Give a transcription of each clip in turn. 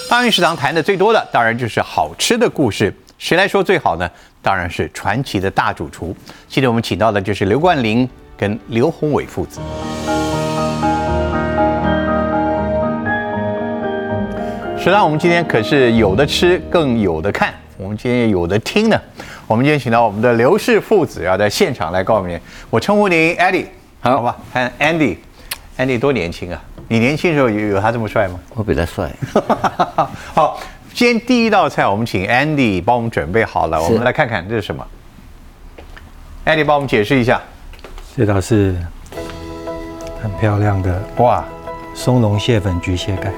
大运食堂谈的最多的，当然就是好吃的故事。谁来说最好呢？当然是传奇的大主厨。今天我们请到的就是刘冠霖跟刘宏伟父子。食堂我们今天可是有的吃，更有的看。我们今天也有的听呢。我们今天请到我们的刘氏父子要在现场来告诉你，我称呼您 Eddie， 好吧？看 Andy 多年轻啊！你年轻的时候有他这么帅吗？ 我比他帅。 好，今天第一道菜我们请 Andy 帮我们准备好了，我们来看看这是什么。Andy 帮我们解释一下。 这道是很漂亮的哇， 松茸蟹粉焗蟹盖。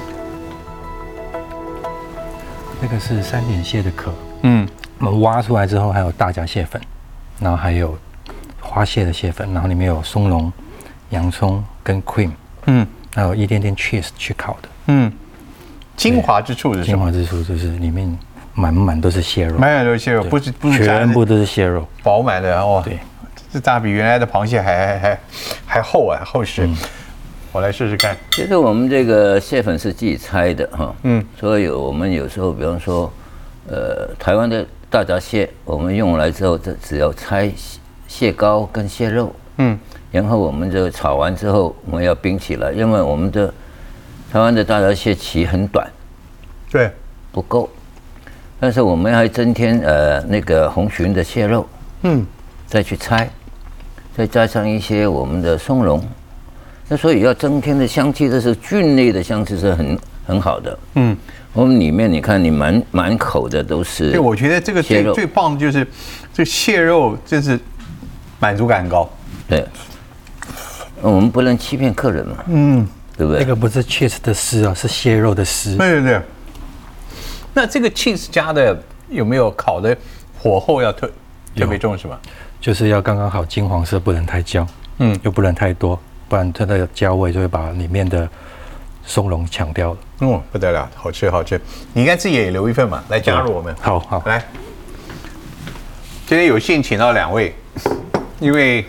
这个是3点蟹的壳，我们挖出来之后还有大闸蟹粉，然后还有花蟹的蟹粉，然后里面有松茸、洋葱跟 cream，还有一点点 cheese 去烤的， 精华之处是什么？ 精华之处就是里面满都是蟹肉， 满都是蟹肉，不是全部都是蟹肉， 饱满的哦。 对， 这大比原来的螃蟹还厚啊，厚实。我来试试看。 其实我们这个蟹粉是自己拆的哈，所以我们有时候，比方说，台湾的大闸蟹，我们用来之后，只要拆蟹膏跟蟹肉，然后我们这个炒完之后，我们要冰起来，因为我们的台湾的大闸蟹鳍很短， 对， 不够，但是我们还增添那个红鲟的蟹肉，再去拆，再加上一些我们的松茸。那所以要增添的香气，这是菌类的香气是很好的。我们里面你看，你满口的都是。 对，我觉得这个最棒的就是这蟹肉，真是满足感很高。 对，我们不能欺骗客人嘛。对不对？ 那个不是 cheese 的丝啊，是蟹肉的丝。 对。那这个 cheese 加的有没有烤的火候要特别重是吧？ 就是要刚刚好金黄色，不能太焦，又不能太多。不然它的焦味就会把里面的松茸抢掉了。 不得了，好吃。你应该自己也留一份嘛，来加入我们。 好， 来。今天有幸请到2位，因为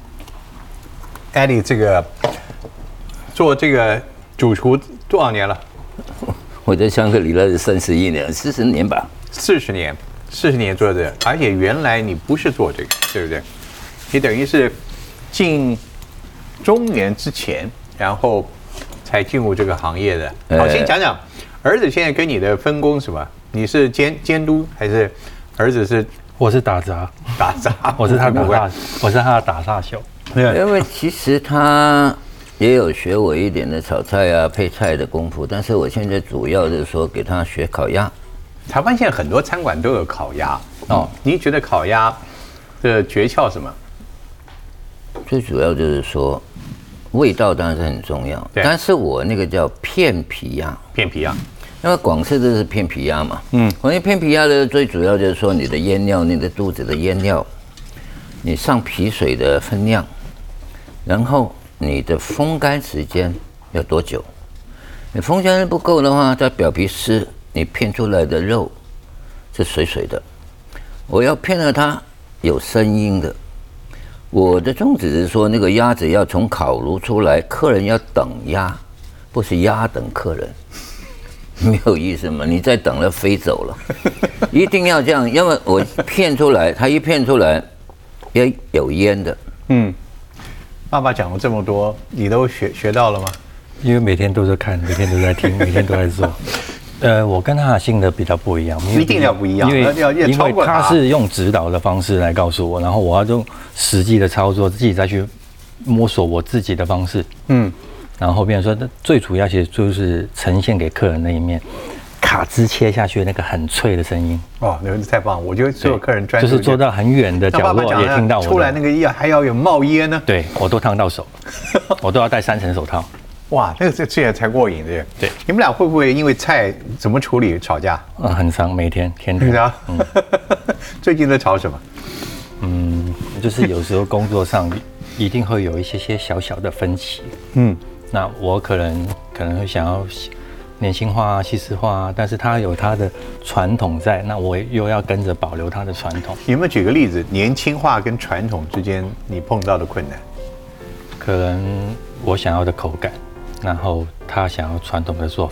Eddie 这个做这个主厨多少年了？ 我在香格里拉是31年，40年吧。 40年做这个，而且原来你不是做这个，对不对？你等于是进中年之前，然后才进入这个行业的。好，先讲讲儿子现在跟你的分工是什么？你是监督还是儿子是？ 我是打杂，我是他的打杂手。 因为其实他也有学我一点的炒菜啊、配菜的功夫，但是我现在主要就是说给他学烤鸭。 台湾现在很多餐馆都有烤鸭你觉得烤鸭的诀窍是什么？ 最主要就是说，味道当然是很重要，但是我那个叫片皮鸭，因为广式这是片皮鸭嘛，关于片皮鸭的最主要就是说你的腌料，你的肚子的腌料，你上皮水的分量，然后你的风干时间要多久？你风干不够的话，它表皮湿，你片出来的肉是水水的。我要片了它有声音的。我的宗旨是说，那个鸭子要从烤炉出来，客人要等鸭，不是鸭等客人，没有意思嘛？你再等了飞走了，一定要这样，因为我片出来，它一片出来要有烟的。 爸爸讲了这么多，你都学到了吗？ 因为每天都在看，每天都在听，每天都在做。我跟他的性格比较不一样， 一定要不一样， 因为超过他是用指导的方式来告诉我，然后我要用实际的操作，自己再去摸索我自己的方式。然后变成说，最主要其实就是呈现给客人那一面，卡汁切下去那个很脆的声音。 那太棒了！我觉得所有客人专注就是坐到很远的角落也听到我出来那个还要有冒烟呢。 对，我都烫到手，我都要戴3层手套。 哇，那个这才过瘾的。对，你们俩会不会因为菜怎么处理吵架？ 很常，每天天。 最近在吵什么？ 就是有时候工作上一定会有一些小小的分歧。那我可能会想要年轻化、西式化，但是他有他的传统在，那我又要跟着保留他的传统。 有没有举个例子，年轻化跟传统之间你碰到的困难？ 可能我想要的口感，然后他想要传统的做法，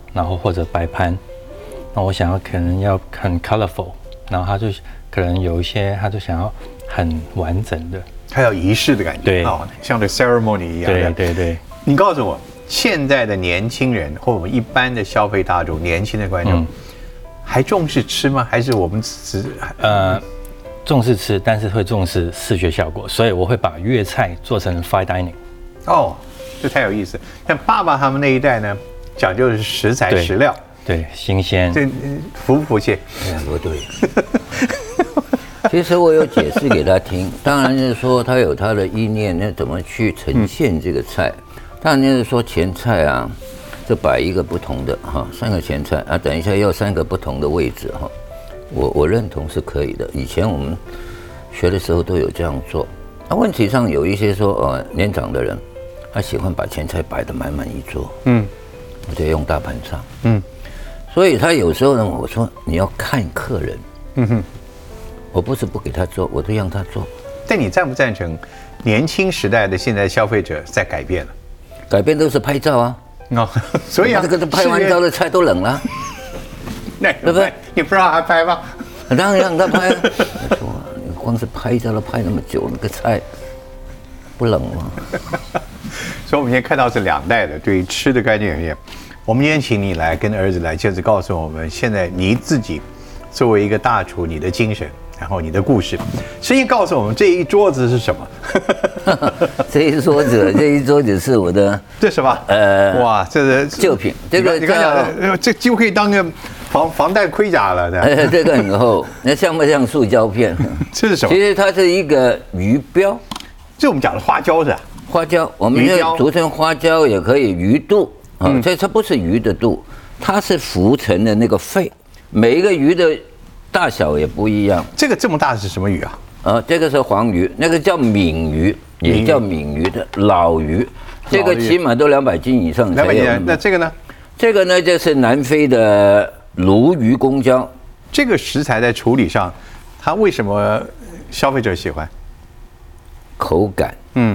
然后或者摆盘，那我想要可能要很 colorful， 然后他就可能有一些他就想要很完整的， 它有仪式的感觉， 对， 像这 ceremony 一样的。 对。 你告诉我，现在的年轻人或我们一般的消费大众、年轻的观众，还重视吃吗？还是我们只重视吃，但是会重视视觉效果，所以我会把粤菜做成 fine dining。 哦，这太有意思。像爸爸他们那一代呢，讲究的是食材食料， 对，新鲜。 这服不服气？ 不对。其实我有解释给他听，当然就是说他有他的意念，那怎么去呈现这个菜？当然就是说前菜啊，就摆一个不同的哈，3个前菜啊，等一下要3个不同的位置哈。我认同是可以的，以前我们学的时候都有这样做。那问题上有一些说年长的人，他喜欢把前菜摆得满满一桌，我就用大盘上，所以他有时候呢，我说你要看客人，我不是不给他做，我都让他做。 但你赞不赞成年轻时代的现在消费者在改变了？ 改变都是拍照啊， 所以啊， 这个拍完照的菜都冷了， 对不对？你不让他拍吗？ 当然让他拍。我说你光是拍照都拍那么久，那个菜不冷吗？ 所以我们今天看到是2代的对于吃的概念而言。我们今天请你来跟儿子来，就是告诉我们现在你自己作为一个大厨，你的精神，然后你的故事，先告诉我们这一桌子是什么？ 这一桌子是我的， 这什么？哇，这是旧品。这个你看，这几乎可以当个防弹盔甲了。 这个很厚，那像不像塑胶片？ 这是什么？ 其实它是一个鱼标， 这我们讲的花椒是吧？ 花椒，我们就俗称花椒，也可以鱼肚啊。它不是鱼的肚，它是浮沉的那个肺。每一个鱼的大小也不一样。 这个这么大是什么鱼啊？ 这个是黄鱼，那个叫闽鱼，也叫闽鱼的老鱼，这个起码都200斤以上才有。 200斤，那这个呢？ 这个呢就是南非的鲈鱼公椒。 这个食材在处理上，它为什么消费者喜欢？ 口感，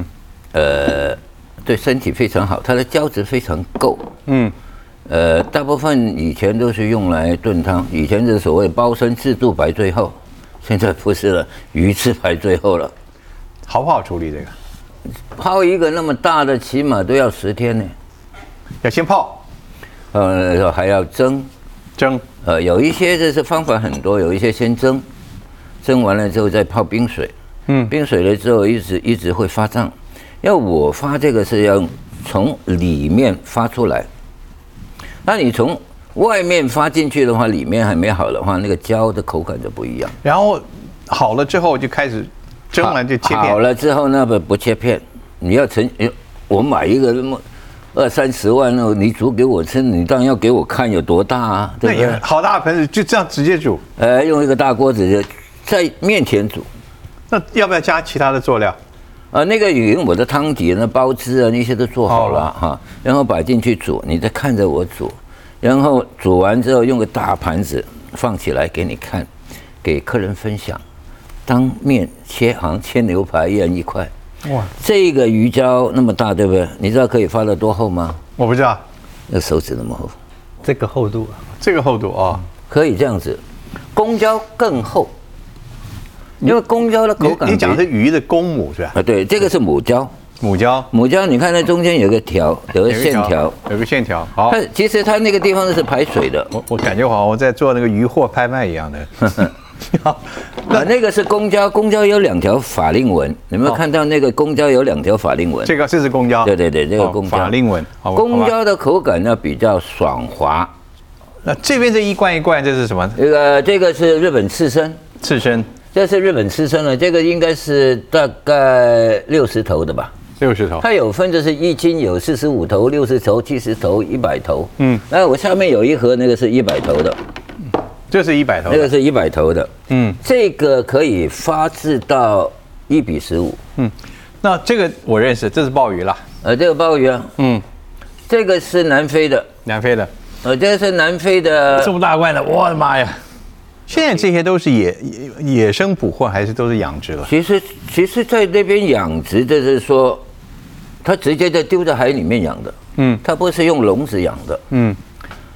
对身体非常好，它的胶质非常够，大部分以前都是用来炖汤，以前是所谓包身自助排最后，现在不是了，鱼翅排最后了。 好不好处理这个？ 泡一个那么大的，起码都要10天呢。 要先泡， 还要蒸，有一些就是方法很多，有一些先蒸，蒸完了之后再泡冰水，冰水了之后一直会发胀。要我发这个是要从里面发出来，那你从外面发进去的话，里面还没好的话，那个胶的口感就不一样。 然后好了之后就开始蒸完就切片。 好了之后那不切片，你要我买一个那么20-30万，那你煮给我吃，你当然要给我看有多大啊，对不对？ 好大的盆子就这样直接煮。 用一个大锅子就在面前煮。 那要不要加其他的佐料？ 那个已经我的汤底、那包汁啊那些都做好了哈，然后摆进去煮，你再看着我煮，然后煮完之后用个大盘子放起来给你看，给客人分享，当面切，好像切牛排一样一块。哇，这个鱼胶那么大，对不对？你知道可以发得多厚吗？ 我不知道， 那手指那么厚。 这个厚度啊？ 这个厚度啊， 可以这样子，公胶更厚。因为公胶的口感， 你讲的是鱼的公母是吧？ 对，这个是母胶。 母胶， 你看那中间有个条，有个线条， 有个线条。好， 其实它那个地方是排水的。 我感觉好像我在做那个鱼货拍卖一样的。 那个是公胶，公胶有2条法令纹，有没有看到那个公胶有2条法令纹？ 这是公胶。 对，这个公胶法令纹。 公胶的口感呢比较爽滑。 那这边这一罐一罐这是什么？ 这个是日本刺身。 刺身。 这是日本刺身了，这个应该是大概60头的吧 ？60头。 它有分，就是1斤有45头、60头、70头、100头。那我下面有一盒，那个是100头的。 这是100头。 那个是100头的。这个可以发制到1:15。 那这个我认识，这是鲍鱼啦。 这个鲍鱼啊。这个是南非的。这个是南非的。 这么大罐的，我的妈呀！现在这些都是野生捕获还是都是养殖了？ 其实在那边养殖，就是说，它直接就丢在海里面养的。它不是用笼子养的。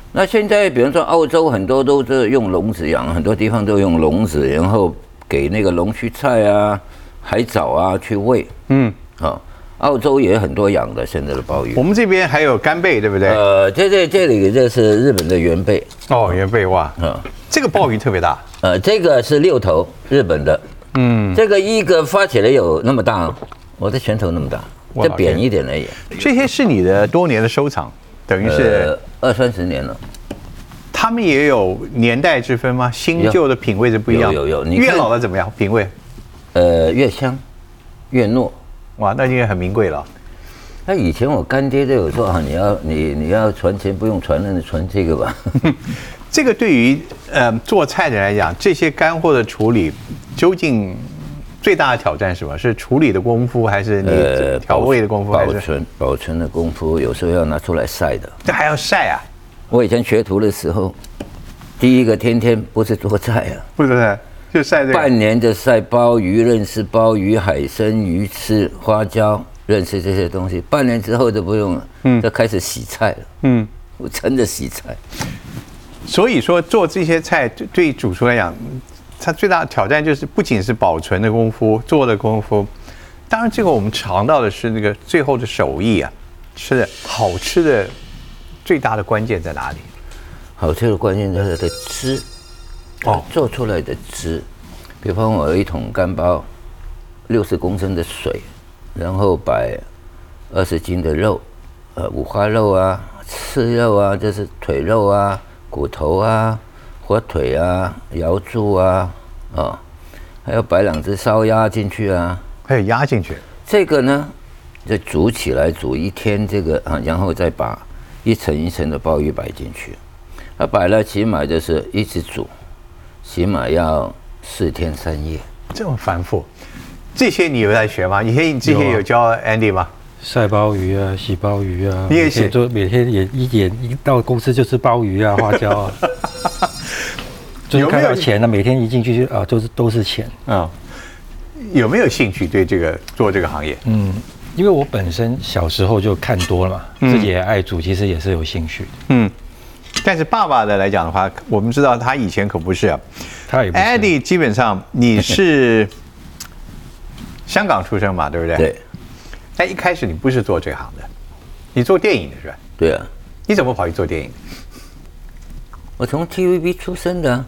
那现在比方说澳洲很多都是用笼子养，很多地方都用笼子，然后给那个龙须菜啊、海藻啊去喂。澳洲也很多养的现在的鲍鱼。 我们这边还有干贝，对不对？ 这里这是日本的原贝。 哦，原贝哇。这个鲍鱼特别大。 这个是6头，日本的。这个一个发起来有那么大，我的拳头那么大，这扁一点而已。 这些是你的多年的收藏，等于是 20-30年了。 他们也有年代之分吗？新旧的品味是不一样。 有。 越老的怎么样？品味？ 越香，越糯。 哇，那应该很名贵了。 那以前我干爹都有说啊，你要传钱不用传，那你传这个吧。 这个对于做菜的人来讲，这些干货的处理，究竟最大的挑战是什么？是处理的功夫，还是你调味的功夫？ 保存的功夫，有时候要拿出来晒的。 这还要晒啊！ 我以前学徒的时候，第一个天天不是做菜啊， 不是就晒这个。 半年就晒鲍鱼，认识鲍鱼、海参、鱼翅、花椒，认识这些东西。半年之后就不用了，就开始洗菜了。我真的洗菜。 所以说做这些菜对主厨来讲，它最大的挑战就是不仅是保存的功夫、做的功夫，当然这个我们尝到的是那个最后的手艺啊，吃的好吃的最大的关键在哪里？ 好吃的关键在它的汁，做出来的汁。比方我有一桶干鲍，60公升的水，然后摆20斤的肉，五花肉啊、刺肉啊，就是腿肉啊、骨头啊、火腿啊、瑶柱啊，还要摆2只烧鸭进去啊， 还有鸭进去。这个呢，就煮起来，煮1天这个啊，然后再把一层一层的鲍鱼摆进去。它摆了起码就是一直煮，起码要4天3夜。 这么繁复，这些你有在学吗？以前你这些有教 Andy 吗？ 晒鲍鱼啊，洗鲍鱼啊， 你也写？ 每天也一到公司就是鲍鱼啊、花椒啊，就是看到钱了，每天一进去啊，都是钱啊。 有没有兴趣对这个做这个行业？ 因为我本身小时候就看多了嘛，自己也爱煮，其实也是有兴趣的。 但是爸爸的来讲的话，我们知道他以前可不是啊， 他也不是。 Eddie 基本上你是香港出生嘛，对不对？ 对。 但一开始你不是做这行的，你做电影的是吧？ 对啊。 你怎么跑去做电影？ 我从 TVB 出生的，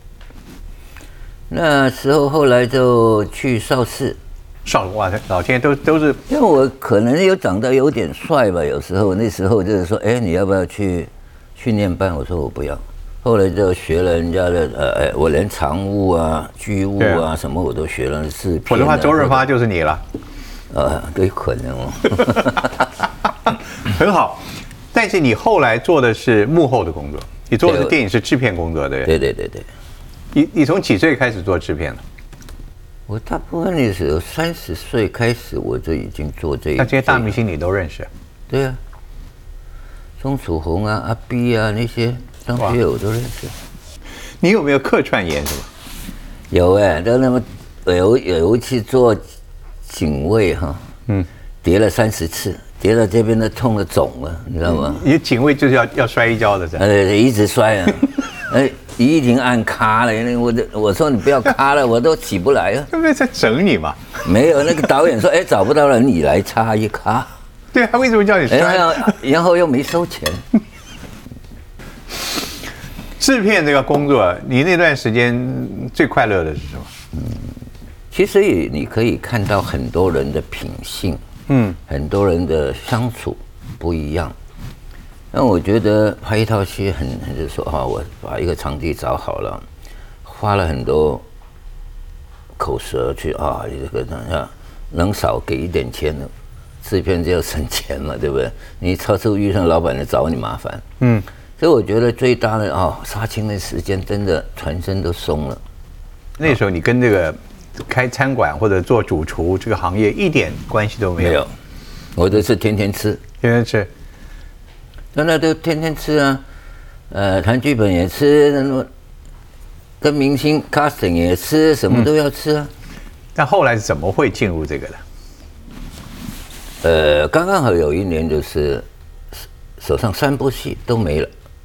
那时候后来就去邵氏。 哇，老天都是。 因为我可能有长得有点帅吧，有时候那时候就是说，你要不要去训练班？我说我不要。后来就学了人家的我连常务啊、剧务啊什么我都学了，制片。 否则的话，周润发就是你了。 都有可能哦。 很好，但是你后来做的是幕后的工作，你做的是电影是制片工作的。 对。 你从几岁开始做制片了？ 我大部分的时候30岁开始我就已经做这一。 那这些大明星你都认识？ 对啊，钟楚红啊、阿 B 啊那些张学友都认识。 你有没有客串演什么？ 有都那么有一次做警卫哈，跌了30次，跌到这边都痛得肿了，你知道吗？ 你警卫就是要摔一跤的， 一直摔啊，一停按卡了，我说你不要卡了，我都起不来了。 会不会在整你嘛？ 没有，那个导演说，找不到人，你来插一卡。 对啊，为什么叫你摔？ 然后又没收钱。 制片这个工作，你那段时间最快乐的是什么？ 其实你可以看到很多人的品性，很多人的相处不一样。那我觉得拍一套戏就是说我把一个场地找好了，花了很多口舌去这个能少给一点钱的，制片就要省钱嘛，对不对？你超出预算，老板来找你麻烦。所以我觉得最大的杀青的时间真的全身都松了。 那时候你跟这个开餐馆或者做主厨这个行业一点关系都没有。 没有，我都是天天吃， 天天吃。 那都天天吃啊，谈剧本也吃，跟明星 casting 也吃，什么都要吃啊。 但后来怎么会进入这个的？ 刚刚好有一年就是手上3部戏都没了，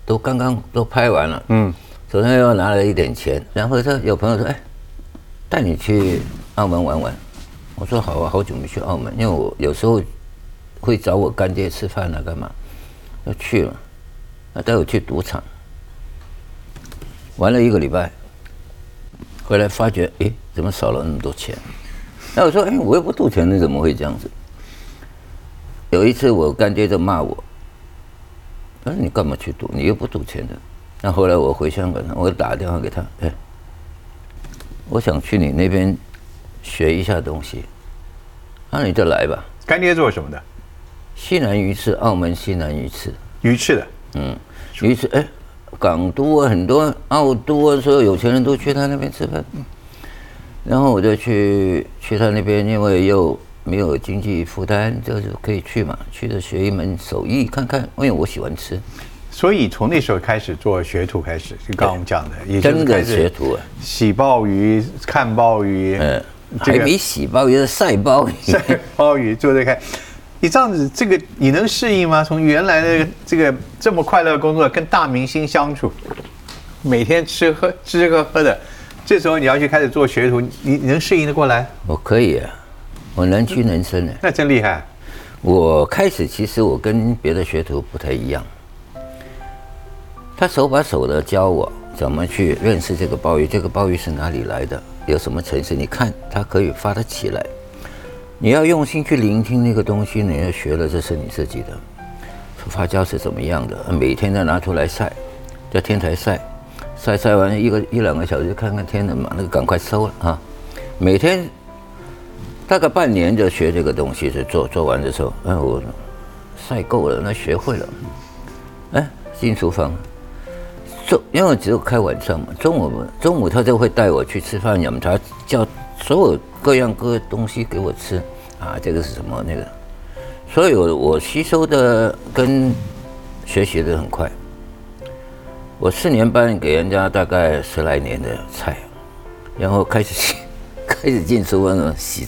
都刚刚都拍完了，手上又拿了一点钱，然后有朋友说，带你去澳门玩玩。我说好啊，好久没去澳门，因为我有时候会找我干爹吃饭啊，干嘛？就去了，带我去赌场，玩了1个礼拜，回来发觉，怎么少了那么多钱？那我说，我又不赌钱，你怎么会这样子？有一次我干爹就骂我，他说你干嘛去赌？你又不赌钱的。那后来我回香港，我打电话给他，我想去你那边学一下东西，那你就来吧。 干爹做什么的？ 西南鱼翅，澳门西南鱼翅。 鱼翅的。 鱼翅，港都啊，很多澳都啊，所有有钱人都去他那边吃饭。然后我就去他那边，因为又没有经济负担，就是可以去嘛，去着学一门手艺看看，因为我喜欢吃。 所以从那时候开始做学徒开始，就刚刚我们讲的，也就是真的学徒啊， 洗鲍鱼、看鲍鱼， 还没洗鲍鱼，是晒鲍鱼。 晒鲍鱼做这看，你这样子，这个你能适应吗？从原来的这个这么快乐的工作，跟大明星相处，每天吃喝的，这时候你要去开始做学徒，你能适应得过来？ 我可以啊，我能屈能伸的。 那真厉害。 我开始其实我跟别的学徒不太一样。他手把手的教我怎么去认识这个鲍鱼，这个鲍鱼是哪里来的，有什么城市，你看它可以发得起来。你要用心去聆听那个东西，你要学了，这是你自己的。发酵是怎么样的，每天再拿出来晒，在天台晒完一两个小时，看看天冷嘛，那个赶快收了啊。每天大概半年就学这个东西，是做完的时候，我晒够了，那学会了，进厨房。因为只有开晚上嘛，中午他就会带我去吃饭饮茶，叫所有各样东西给我吃啊，这个是什么那个，所以我吸收的跟学习的很快。我4年半给人家大概10来年的菜，然后开始进厨房洗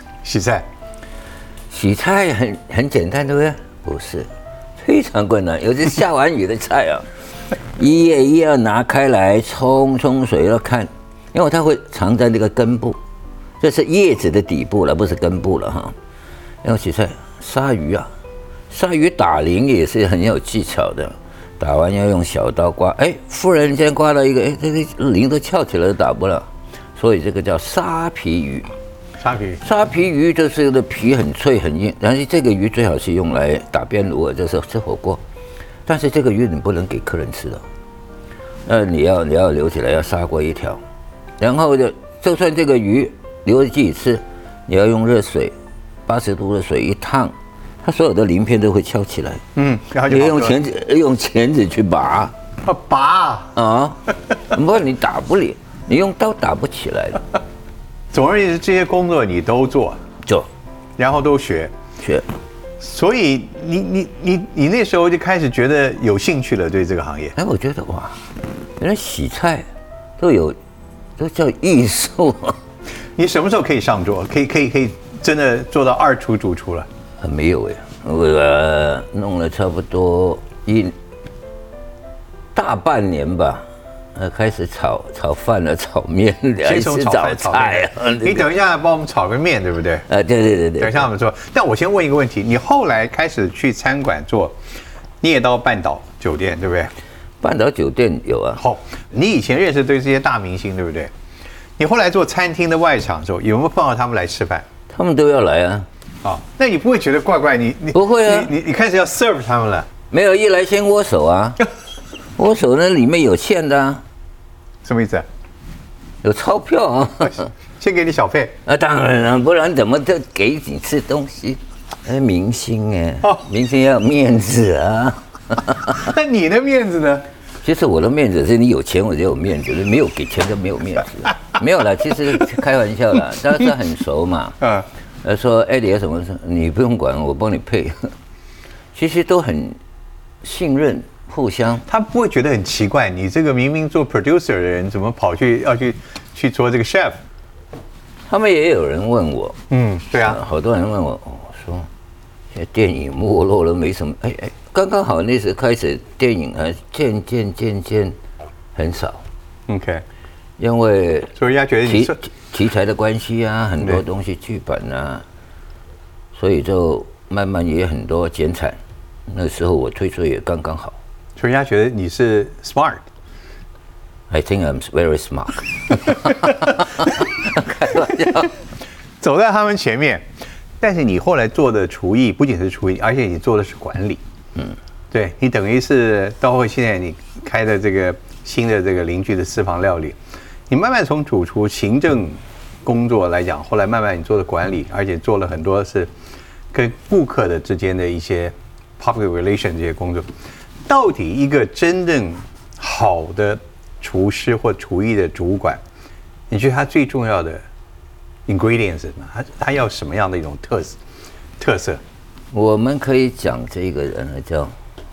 菜很简单，对不对？不是，非常困难，尤其下完雨的菜啊。一页要拿开来冲水要看，因为它会藏在那个根部，这是叶子的底部了，不是根部了哈。然后洗菜，鲨鱼打鳞也是很有技巧的，打完要用小刀刮，夫人先刮到一个，这个鳞都翘起来都打不了，所以这个叫沙皮鱼。沙皮鱼就是的皮很脆很硬，但是这个鱼最好是用来打边炉，就是吃火锅。但是这个鱼你不能给客人吃的，你要留起来，要杀过一条，然后就算这个鱼留着自己吃，你要用热水，80度的水一烫，它所有的鳞片都会翘起来。然后你用钳子去拔啊，不然你打不了，你用刀打不起来的。 总而言之，这些工作你都做，然后都学。所以你那时候就开始觉得有兴趣了，对这个行业。 我觉得哇，原来洗菜都叫艺术。 你什么时候可以上桌？可以真的做到2厨主厨了？ 没有我弄了差不多大半年吧。开始炒饭了，炒面， 先从炒菜啊。你等一下帮我们炒个面，对不对？ 对。 等一下我们做。但我先问一个问题：你后来开始去餐馆做，你也到半岛酒店，对不对？ 半岛酒店有啊。 好，你以前认识对这些大明星，对不对？你后来做餐厅的外场的时候，有没有碰到他们来吃饭？ 他们都要来啊。 那你不会觉得怪怪？你不会啊？ 你开始要 serve 他们了？ 没有，一来先握手啊。握手呢，里面有欠的啊。 什么意思？ 有钞票啊。 先给你小费。 当然了，不然怎么就给你吃东西？明星明星要有面子啊。 那你的面子呢？ 其实我的面子是你有钱我就有面子，没有给钱就没有面子。没有啦，其实开玩笑啦，大家很熟嘛。说Eddie有什么事你不用管，我帮你配。其实都很信任。互相， 他不会觉得很奇怪，你这个明明做 producer 的人，怎么跑要去做这个 chef？ 他们也有人问我， 对啊， 好多人问我，我说，现在电影没落了，没什么， 刚刚好那时开始电影渐渐很少。 OK， 因为所以人家觉得题材的关系啊，很多东西剧本啊，所以就慢慢也很多减产。那时候我退出也刚刚好。 所以人家觉得你是 smart。I think I'm very smart 。开玩笑， 走在他们前面。但是你后来做的厨艺不仅是厨艺，而且你做的是管理。对，你等于是到现在你开的这个新的这个邻居的私房料理，你慢慢从主厨行政工作来讲，后来慢慢你做的管理，而且做了很多是跟顾客的之间的一些 public relation 这些工作。到底一个真正好的厨师或厨艺的主管，你觉得他最重要的 ingredients 是什么？他要什么样的一种特色？ 我们可以讲这个人呢叫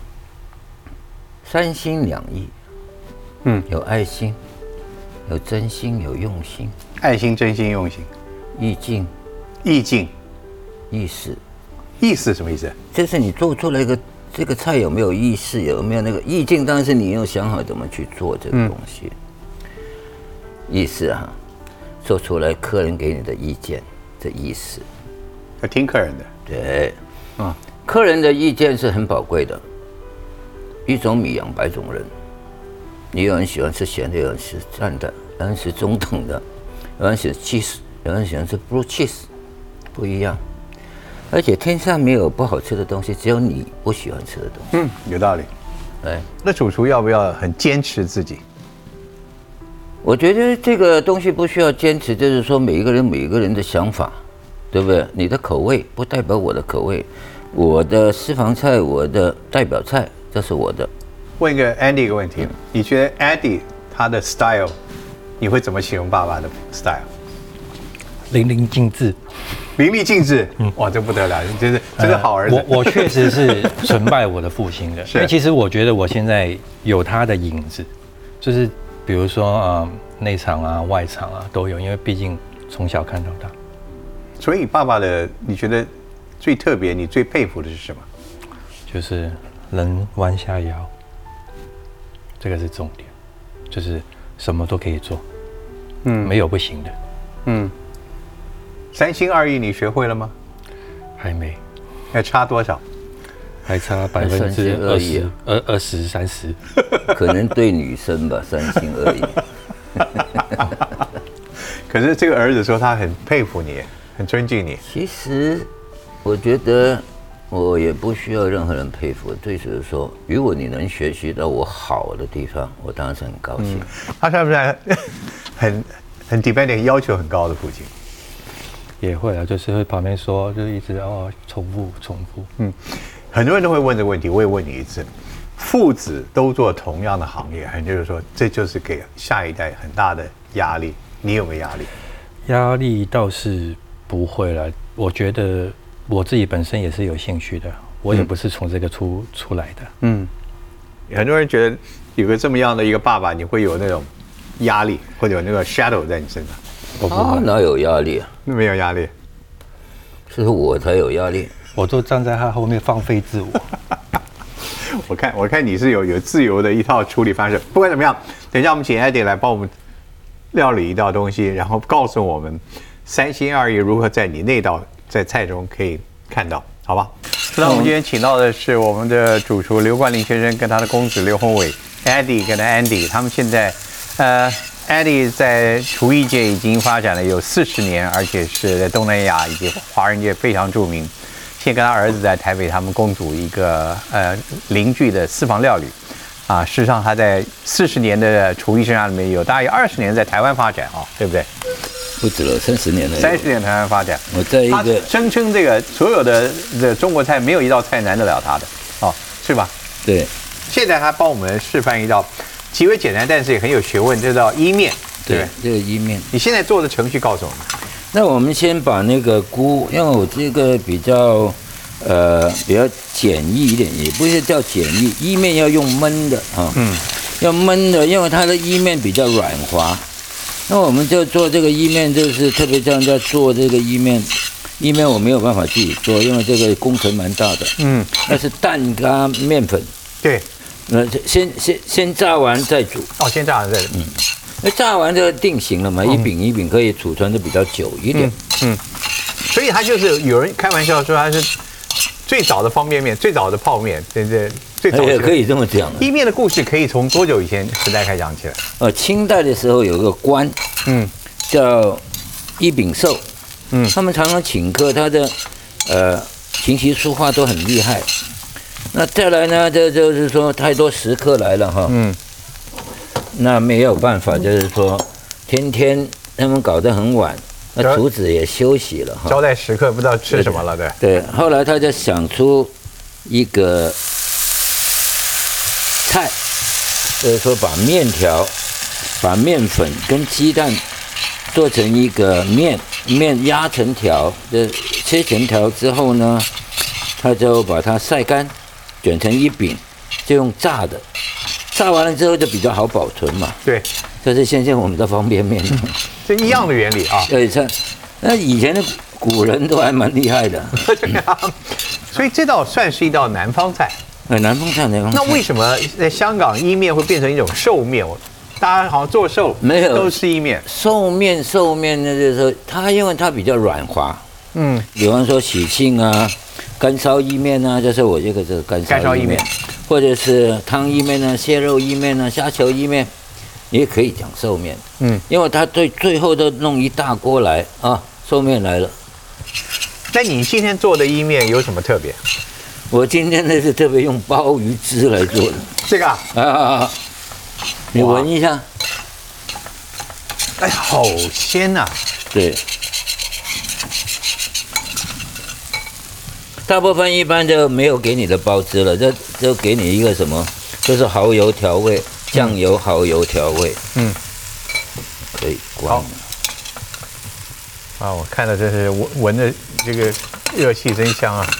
三心两意。有爱心，有真心，有用心。 爱心、真心、用心。 意境， 意识。 意识什么意思？ 就是你做出来一个这个菜有没有意识，有没有那个意境？当然是你要想好怎么去做这个东西。意识啊，做出来客人给你的意见的意思， 要听客人的。 对，客人的意见是很宝贵的。一种米养百种人。有人喜欢吃咸的，有人吃淡的，有人吃中等的，有人喜欢 cheese， 有人喜欢吃 blue cheese， 不一样。而且天下没有不好吃的东西，只有你不喜欢吃的东西。 有道理。 对， 那主厨要不要很坚持自己？ 我觉得这个东西不需要坚持，就是说每一个人的想法，对不对？你的口味不代表我的口味，我的私房菜，我的代表菜，这是我的。 问一个 Andy 一个问题，你觉得 Andy 他的 style， 你会怎么形容爸爸的 style？ 淋漓尽致。 淋漓尽致，哇，这不得了，这是好儿子。 我确实是崇拜我的父亲的，因为其实我觉得我现在有他的影子，就是比如说内场啊、外场啊都有，因为毕竟从小看到大。 所以爸爸的，你觉得最特别、你最佩服的是什么？ 就是能弯下腰。这个是重点，就是什么都可以做，没有不行的。 三心二意你学会了吗？ 还没。 还差多少？ 还差20%、30%。 可能对女生吧，三心二意。 可是这个儿子说他很佩服你，很尊敬你。 其实我觉得。我也不需要任何人佩服，对，只是说，如果你能学习到我好的地方，我当然是很高兴。 他是不是很 demanding 要求很高的父亲？ 也会啊，就是会旁边说，就一直重复。 很多人都会问这个问题，我也问你一次：父子都做同样的行业，很就是说，这就是给下一代很大的压力。你有没有压力？ 压力倒是不会了，我觉得。我自己本身也是有兴趣的，我也不是从这个出来的。 很多人觉得有个这么样的一个爸爸，你会有那种压力，或者有那个 shadow 在你身上。 我不会，哪有压力啊？ 没有压力， 是我才有压力。 我都站在他后面放飞自我。 我看你是有自由的一套处理方式。不管怎么样，等一下我们请 Eddie 来帮我们料理一道东西，然后告诉我们三心二意如何在你那道。在菜中可以看到，好吧？那我们今天请到的是我们的主厨刘冠霖先生跟他的公子刘宏伟 ，Eddie 跟 Andy， 他们现在，Eddie 在厨艺界已经发展了有40年，而且是在东南亚以及华人界非常著名。现在跟他儿子在台北，他们共组一个邻居的私房料理。事实上他在40年的厨艺生涯里面有大约20年在台湾发展对不对？ 不止了，30年了。 30年台湾发展， 我在一个他声称这个所有的中国菜没有一道菜难得了他的，是吧？ 对。 现在他帮我们示范一道极为简单，但是也很有学问，这道伊面。 对，这个伊面。 你现在做的程序告诉我们。 那我们先把那个菇，因为我这个比较简易一点，也不是叫简易，伊面要用焖的要焖的，因为它的伊面比较软滑。那我们就做这个伊面，就是特别像在做这个伊面， 意面我没有办法自己做，因为这个工程蛮大的。那是蛋加面粉。 对。 先炸完再煮。 哦，先炸完再煮。 那炸完就定型了嘛，一饼一饼可以储存的比较久一点。 所以它就是有人开玩笑说它是最早的方便面，最早的泡面，对对，最早也可以这么讲。 意面的故事可以从多久以前时代开始讲起来？ 清代的时候有个官，叫一饼寿，他们常常请客，他的琴棋书画都很厉害。那再来呢，这就是说太多食客来了哈，那没有办法，就是说天天他们搞得很晚，那厨子也休息了哈， 招待食客不知道吃什么了，对。 对，后来他就想出一个菜，就是说把面条、把面粉跟鸡蛋做成一个面压成条，切成条之后呢，他就把它晒干。卷成一饼，就用炸的，炸完了之后就比较好保存嘛。 对， 这是现在我们的方便面， 这一样的原理啊。 对，那以前的古人都还蛮厉害的。 所以这道算是一道南方菜。 南方菜。 那为什么在香港意面会变成一种寿面？大家好像做寿没有都吃意面。 寿面呢，就是说它因为它比较软滑，比方说喜庆啊。干烧意面呢，就是我这个是干烧意面，或者是汤意面呢、蟹肉意面呢、虾球意面，也可以讲寿面。因为它最后都弄一大锅来啊，寿面来了。 那你今天做的意面有什么特别？ 我今天呢是特别用鲍鱼汁来做的。 这个啊，你闻一下。 哎，好鲜呐！ 对。大部分一般就没有给你的包汁了，这就给你一个什么，就是蚝油调味，酱油、蚝油调味。可以关。 啊，我看到这是闻的这个热气真香啊！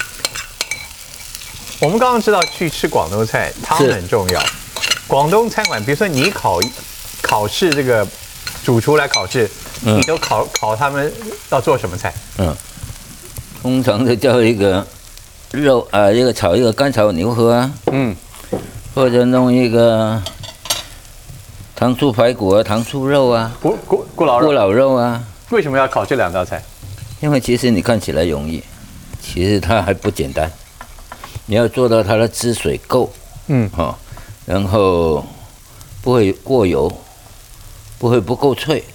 我们刚刚知道去吃广东菜，汤很重要。广东餐馆，比如说你考试这个主厨来考试，你都考他们要做什么菜？ 通常就叫一个肉一个炒一个干炒牛河啊，或者弄一个糖醋排骨啊、糖醋肉啊、 咕老肉啊。 为什么要考这两道菜？ 因为其实你看起来容易，其实它还不简单。你要做到它的汁水够，然后不会过油，不会不够脆，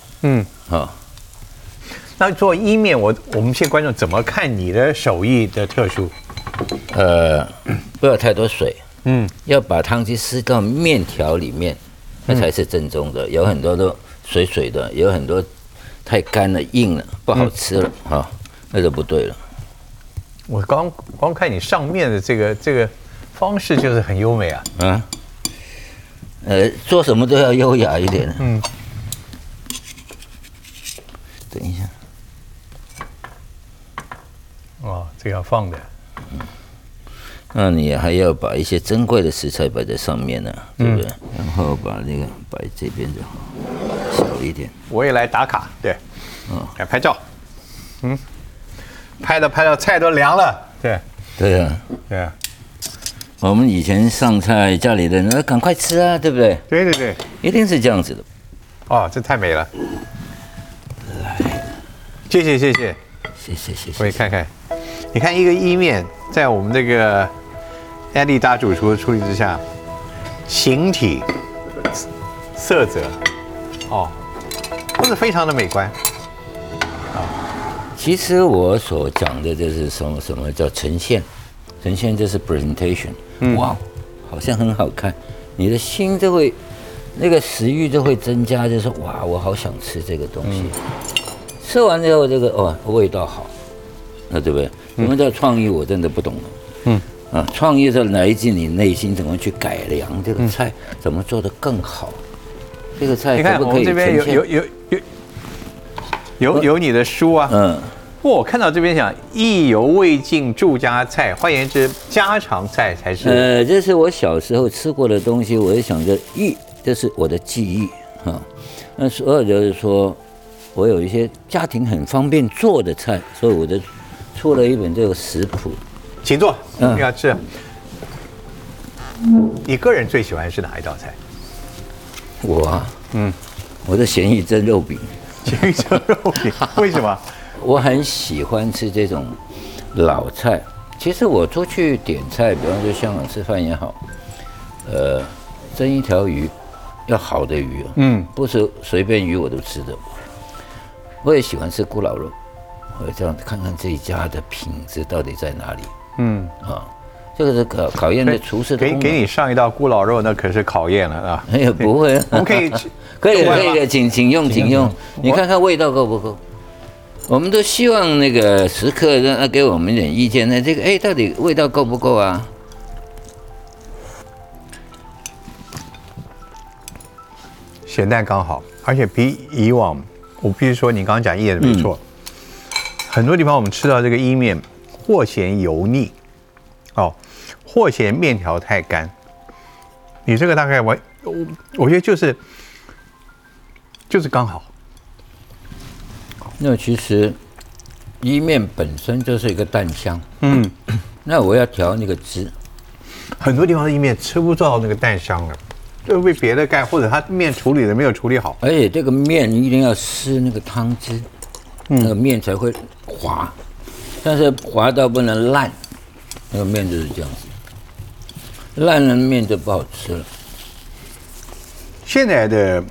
那做意面，我们现在观众怎么看你的手艺的特殊？ 不要太多水，要把汤汁吸到面条里面，那才是正宗的。有很多都水水的，有很多太干了、硬了，不好吃了那就不对了。 我光看你上面的这个方式就是很优美啊。 做什么都要优雅一点。等一下。 这个要放的。 那你还要把一些珍贵的食材摆在上面呢，对不对？然后把那个摆这边就好，小一点。 我也来打卡，对，来拍照，拍到菜都凉了，对， 对啊， 对啊。 我们以前上菜，家里的人赶快吃啊，对不对？ 对对对， 一定是这样子的。 这太美了。 来， 谢谢。 谢谢。 我也看看，你看一个意面，在我们这个艾丽大主厨的处理之下，形体、色泽，都是非常的美观。 其实我所讲的就是什么叫呈现，呈现就是 presentation。哇，好像很好看，你的心就会那个食欲就会增加，就是说哇，我好想吃这个东西。吃完之后，这个味道好，那对不对？什么叫创意？我真的不懂了。创意是来自你内心怎么去改良这个菜，怎么做得更好。这个菜可不可以呈现？ 你看我们这边有你的书啊。我看到这边讲意犹未尽住家菜，换言之，家常菜才是。 这是我小时候吃过的东西，我就想着这是我的记忆那所有就是说。 我有一些家庭很方便做的菜，所以我就出了一本这个食谱。 请坐，要吃。你个人最喜欢是哪一道菜？ 我我的咸鱼蒸肉饼。 咸鱼蒸肉饼，为什么？ 我很喜欢吃这种老菜。其实我出去点菜，比方说香港吃饭也好，蒸一条鱼，要好的鱼，不是随便鱼我都吃的。我也喜欢吃咕老肉，我这样看看这一家的品质到底在哪里。这个是考验的厨师的功能。 给你上一道咕老肉，那可是考验了啊！ 哎呀，不会， 我们可以可以，请用。你看看味道够不够？我们都希望那个食客让他给我们一点意见。那这个到底味道够不够啊？ 咸淡刚好，而且比以往，我必须说，你刚刚讲意见没错。很多地方我们吃到这个意面，或咸油腻，或嫌面条太干，你这个大概我觉得就是刚好。 那其实意面本身就是一个淡香，那我要调那个汁。 很多地方的意面吃不到那个淡香了，就被别的盖，或者它面处理的没有处理好。 而且这个面一定要湿那个汤汁，那个面才会滑，但是滑到不能烂，那个面就是这样子，烂了面就不好吃了。 现在的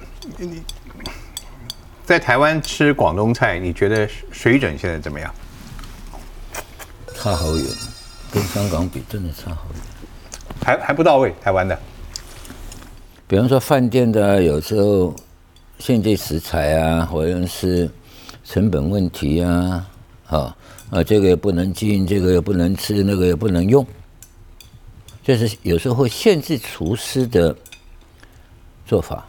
在台湾吃广东菜，你觉得水准现在怎么样？ 差好远，跟香港比真的差好远， 还不到位。台湾的， 比方说饭店的，有时候限制食材啊，或者是成本问题啊，这个也不能进，这个也不能吃，那个也不能用，就是有时候会限制厨师的做法。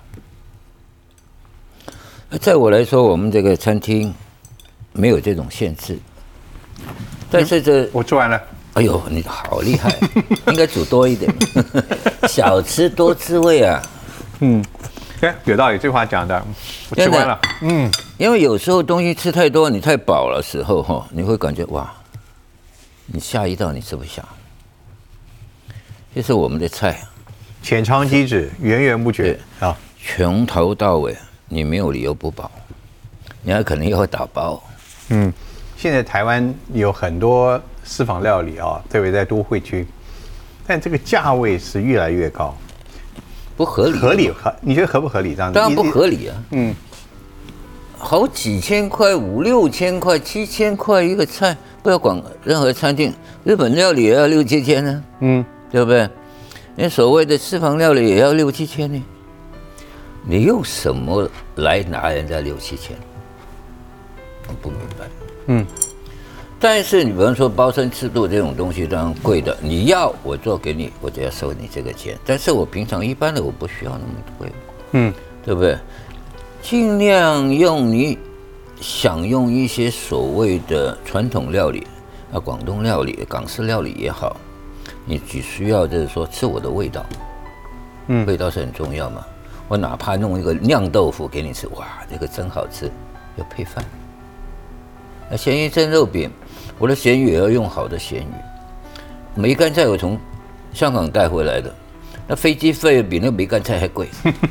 在我来说，我们这个餐厅没有这种限制，但是我做完了。 哎呦，你好厉害，应该煮多一点，少吃多滋味啊。 有道理，这话讲的，我吃完了。 因为有时候东西吃太多，你太饱了时候你会感觉哇，你下一道你吃不下。这是我们的菜， 浅尝即止，源源不绝啊， 从头到尾。你没有理由不饱，你还可能要打包。 现在台湾有很多私房料理啊，特别在都会区，但这个价位是越来越高， 不合理。 你觉得合不合理？这样子当然不合理啊。好几千块，5、6千块、7千块一个菜，不要管任何餐厅，日本料理也要6、7千呢。对不对？那所谓的私房料理也要6、7千呢。你用什么来拿人家6、7千？我不明白。但是你比方说包身制度这种东西当然贵的，你要我做给你，我就要收你这个钱。但是我平常一般的我不需要那么贵，对不对？尽量用你享用一些所谓的传统料理广东料理、港式料理也好，你只需要就是说吃我的味道，味道是很重要嘛。我哪怕弄一个酿豆腐给你吃，哇，这个真好吃，要配饭。那咸鱼蒸肉饼，我的咸鱼也要用好的咸鱼。梅干菜我从香港带回来的，那飞机费比那梅干菜还贵。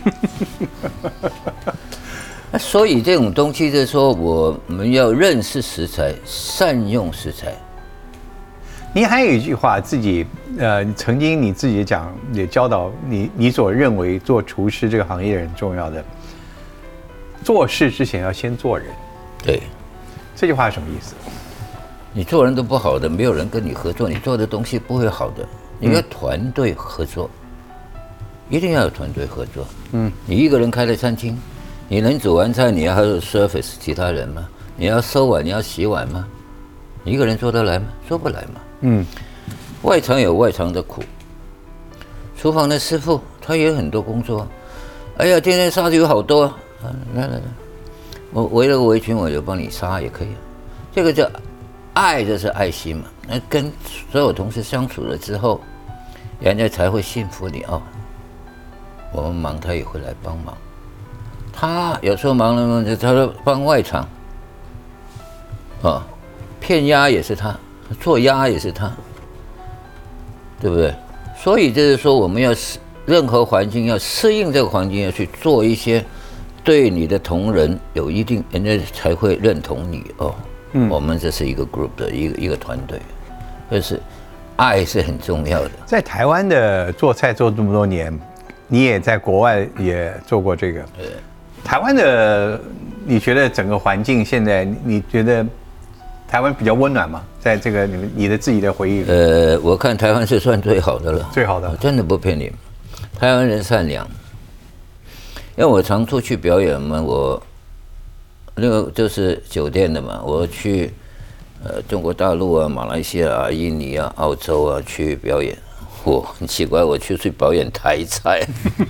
那所以这种东西就是说，我们要认识食材，善用食材。 你还有一句话，自己曾经你自己讲，也教导你所认为做厨师这个行业人重要的，做事之前要先做人。 对， 这句话是什么意思？ 你做人都不好的，没有人跟你合作，你做的东西不会好的。你要团队合作，一定要有团队合作。你一个人开了餐厅，你能煮完菜，你要还有 service 其他人吗？你要收碗，你要洗碗吗？你一个人做得来吗？做不来嘛。外场有外场的苦，厨房的师傅他也有很多工作。哎呀，今天杀鱼好多来，我围了个围裙，我就帮你杀也可以。这个叫爱，就是爱心嘛。那跟所有同事相处了之后，人家才会信服你我们忙他也会来帮忙， 他有时候忙了忙着，他说帮外场，片鸭也是他，做鸭也是他，对不对？所以就是说，我们要任何环境要适应这个环境，要去做一些对你的同仁有一定，人家才会认同你哦。我们这是一个 group 的一个团队，就是爱是很重要的。 在台湾的做菜做这么多年，你也在国外也做过这个。台湾的，你觉得整个环境现在，你觉得台湾比较温暖吗？在这个你的自己的回忆里， 我看台湾是算最好的了， 最好的， 我真的不骗你，台湾人善良。因为我常出去表演嘛，我那个就是酒店的嘛，我去中国大陆啊、马来西亚啊、印尼啊、澳洲啊去表演，很奇怪，我去表演台菜，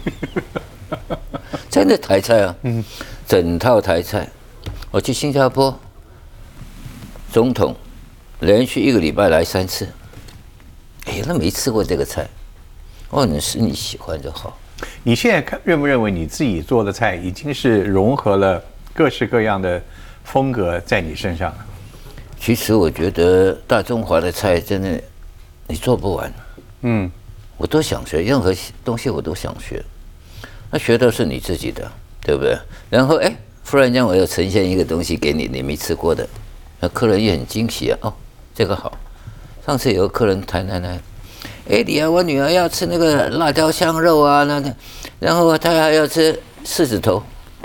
真的台菜啊，整套台菜。我去新加坡，总统连续1个礼拜来3次，那没吃过这个菜，那是你喜欢就好。 你现在认不认为你自己做的菜已经是融合了各式各样的风格在你身上了？ 其实我觉得大中华的菜真的你做不完，我都想学，任何东西我都想学，那学的是你自己的，对不对？然后忽然间我要呈现一个东西给你，你没吃过的，那客人也很惊喜啊，这个好。上次有个客人谈，你啊，我女儿要吃那个辣椒香肉啊，然后她还要吃柿子头。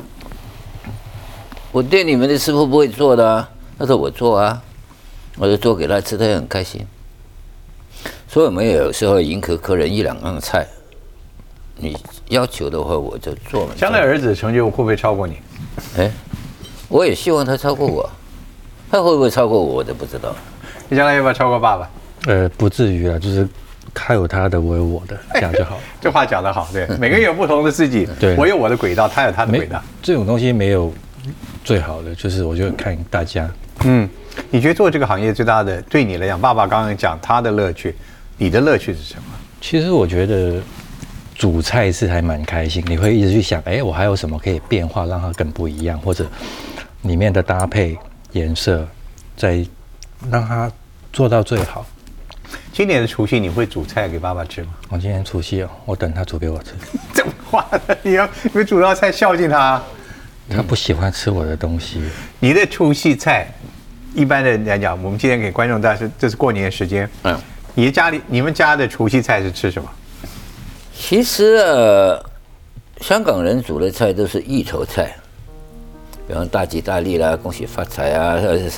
我店里面的师傅不会做的啊，他说我做啊，我就做给她吃，她也很开心。所以我们有时候迎合客人1、2样菜，你要求的话我就做。 将来儿子的成就会不会超过你？ 我也希望他超过我，他会不会超过我，我都不知道。 你将来要不要超过爸爸？ 不至于啊，就是他有他的，我有我的，这样就好。 这话讲得好，对，每个人有不同的自己， 对， 我有我的轨道，他有他的轨道。 这种东西没有最好的，就是我就看大家。 你觉得做这个行业最大的对你来讲，爸爸刚刚讲他的乐趣，你的乐趣是什么？ 其实我觉得煮菜是还蛮开心，你会一直去想，我还有什么可以变化，让它更不一样，或者里面的搭配颜色，再让它做到最好。 今年的除夕你会煮菜给爸爸吃吗？ 我今年除夕我等他煮给我吃。 怎么话呢？你会煮道菜孝敬他？ 他不喜欢吃我的东西。 你的除夕菜，一般的人来讲，我们今天给观众大家这是过年的时间。你们家的除夕菜是吃什么？ 其实香港人煮的菜都是意头菜，比方大吉大利啦，恭喜发财啊，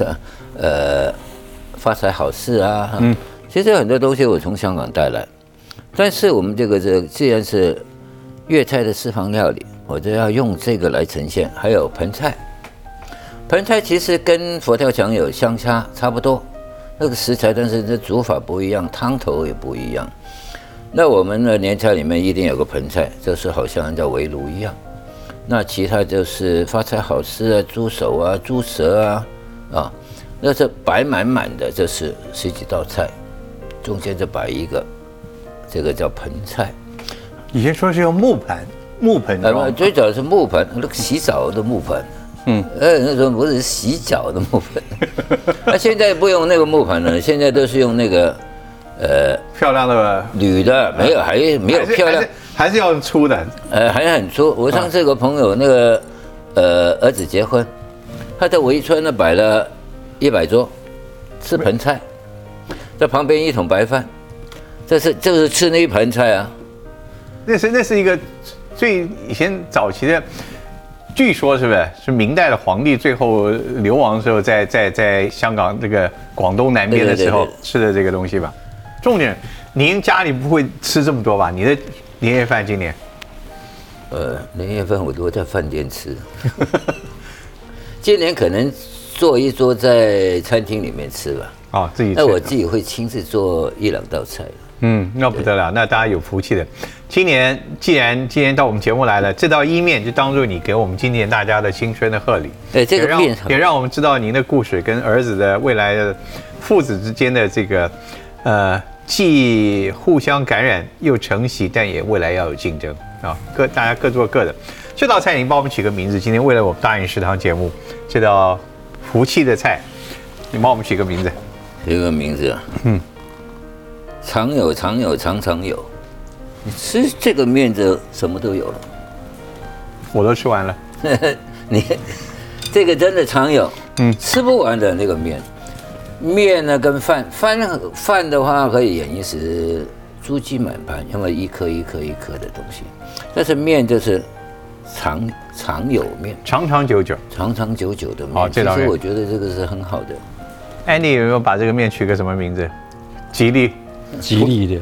发财好事啊。其实很多东西我从香港带来，但是我们这个既然是粤菜的私房料理，我就要用这个来呈现。还有盆菜，盆菜其实跟佛跳墙有相差不多，那个食材，但是这煮法不一样，汤头也不一样。那我们的年菜里面一定有个盆菜，就是好像叫围炉一样。那其他就是发财好事啊、猪手啊、猪舌啊，那是摆满满的，这是10几道菜，中间就摆一个，这个叫盆菜。 以前说是用木盆最早是木盆，那个洗澡的木盆。那时候不是洗脚的木盆。那现在不用那个木盆了，现在都是用那个漂亮的铝的，没有漂亮， 还是要粗的。 还很粗。我上次有个朋友那个儿子结婚，他在围村呢摆了100桌，吃盆菜，在旁边1桶白饭，这是吃那一盆菜啊。 那是一个最以前早期的，据说是不是是明代的皇帝最后流亡的时候，在香港这个广东南边的时候吃的这个东西吧？重点，您家里不会吃这么多吧？你的年夜饭今年？ 年夜饭我都在饭店吃，今年可能做一桌在餐厅里面吃吧。 自己吃。 那我自己会亲自做1、2道菜。 那不得了，那大家有福气的。今年既然今天到我们节目来了，这道意面就当做你给我们今年大家的新春的贺礼。 这个面也让我们知道您的故事跟儿子的未来的父子之间的这个既互相感染又承袭，但也未来要有竞争啊，大家各做各的。 这道菜你帮我们取个名字。今天为了我们大营食堂节目，这道福气的菜，你帮我们取个名字。 取个名字啊，常有常有常常有。你吃这个面就什么都有了。 我都吃完了。 你这个真的常有，吃不完的那个面。面呢跟饭的话可以演一时猪鸡满盘，因为一颗一颗一颗的东西。但是面就是常有面， 长长久久， 长长久久的面。 好， 其实我觉得这个是很好的。 Andy 有没有把这个面取个什么名字？吉利的。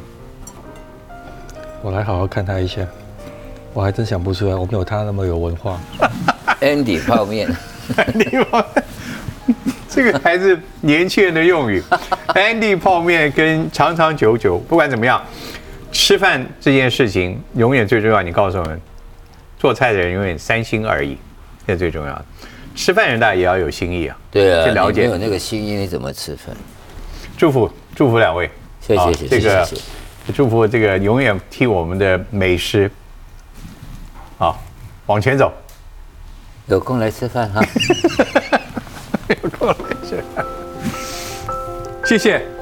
我来好好看他一下，我还真想不出来，我没有他那么有文化。 Andy 泡面。 Andy 泡面。这个还是年轻人的用语。Andy 泡面跟长长久久，不管怎么样，吃饭这件事情永远最重要。你告诉我们，做菜的人永远三心二意，这是最重要的。吃饭人大也要有心意啊。 对啊， 去了解。 你没有那个心意，你怎么吃饭？ 祝福两位。 谢谢。这个祝福这个永远替我们的美食往前走。 有空来吃饭哈。 有空来吃饭。谢谢。